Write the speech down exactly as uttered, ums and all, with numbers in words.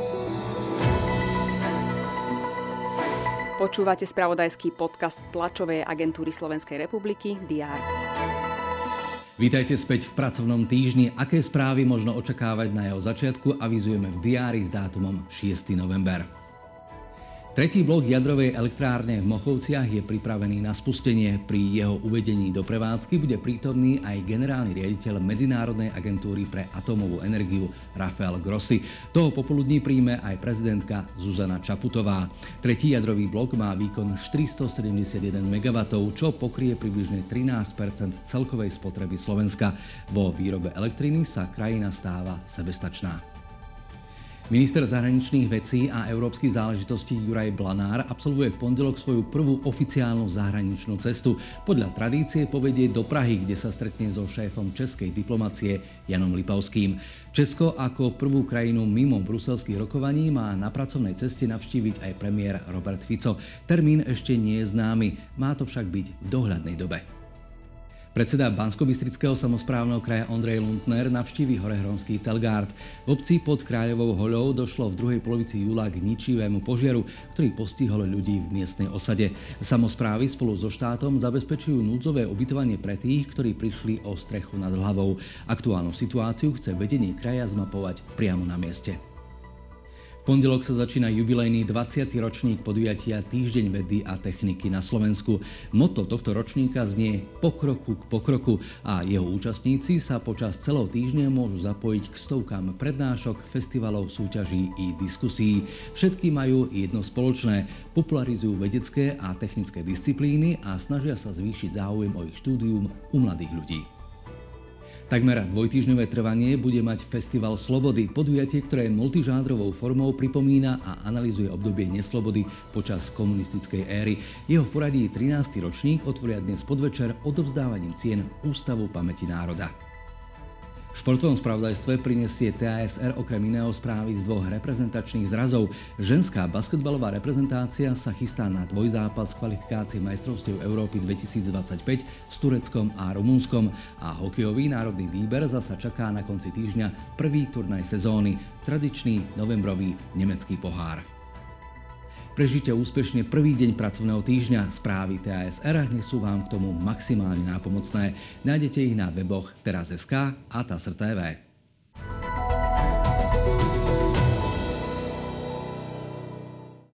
Počúvate spravodajský podcast tlačovej agentúry Slovenskej republiky dé er. Vítajte späť v pracovnom týždni. Aké správy možno očakávať na jeho začiatku, avizujeme v dé er s dátumom šiesteho november. Tretí blok jadrovej elektrárne v Mochovciach je pripravený na spustenie. Pri jeho uvedení do prevádzky bude prítomný aj generálny riaditeľ Medzinárodnej agentúry pre atómovú energiu Rafael Grossi. Toho popoludní príjme aj prezidentka Zuzana Čaputová. Tretí jadrový blok má výkon štyristosedemdesiatjeden megawattov, čo pokrie približne trinásť percent celkovej spotreby Slovenska. Vo výrobe elektriny sa krajina stáva sebestačná. Minister zahraničných vecí a európskych záležitostí Juraj Blanár absolvuje v pondelok svoju prvú oficiálnu zahraničnú cestu. Podľa tradície povedie do Prahy, kde sa stretne so šéfom českej diplomacie Janom Lipavským. Česko ako prvú krajinu mimo bruselských rokovaní má na pracovnej ceste navštíviť aj premiér Robert Fico. Termín ešte nie je známy, má to však byť v dohľadnej dobe. Predseda Banskobystrického samosprávneho kraja Ondrej Lundner navštíví horehronský Telgard. V obci pod Kráľovou hoľou došlo v druhej polovici júla k ničivému požiaru, ktorý postihol ľudí v miestnej osade. Samosprávy spolu so štátom zabezpečujú núdzové ubytovanie pre tých, ktorí prišli o strechu nad hlavou. Aktuálnu situáciu chce vedenie kraja zmapovať priamo na mieste. V pondelok sa začína jubilejný dvadsiaty ročník podujatia Týždeň vedy a techniky na Slovensku. Motto tohto ročníka znie Pokroku k pokroku a jeho účastníci sa počas celého týždňa môžu zapojiť k stovkám prednášok, festivalov, súťaží i diskusí. Všetky majú jedno spoločné. Popularizujú vedecké a technické disciplíny a snažia sa zvýšiť záujem o ich štúdium u mladých ľudí. Takmer dvojtýždňové trvanie bude mať Festival Slobody, podujatie, ktoré multižánrovou formou pripomína a analyzuje obdobie neslobody počas komunistickej éry. Jeho v poradí trinásty ročník otvoria dnes podvečer odovzdávaním cien Ústavu pamäti národa. V športovom spravodajstve prinesie té a es er okrem iného správy z dvoch reprezentačných zrazov. Ženská basketbalová reprezentácia sa chystá na dvojzápas kvalifikácie majstrovstiev Európy dvetisícdvadsaťpäť s Tureckom a Rumunskom a hokejový národný výber zasa čaká na konci týždňa prvý turnaj sezóny, tradičný novembrový nemecký pohár. Prežite úspešne prvý deň pracovného týždňa. Správy té a es er dnes sú vám k tomu maximálne nápomocné. Nájdete ich na weboch teraz bodka es ká a tas bodka er té vé.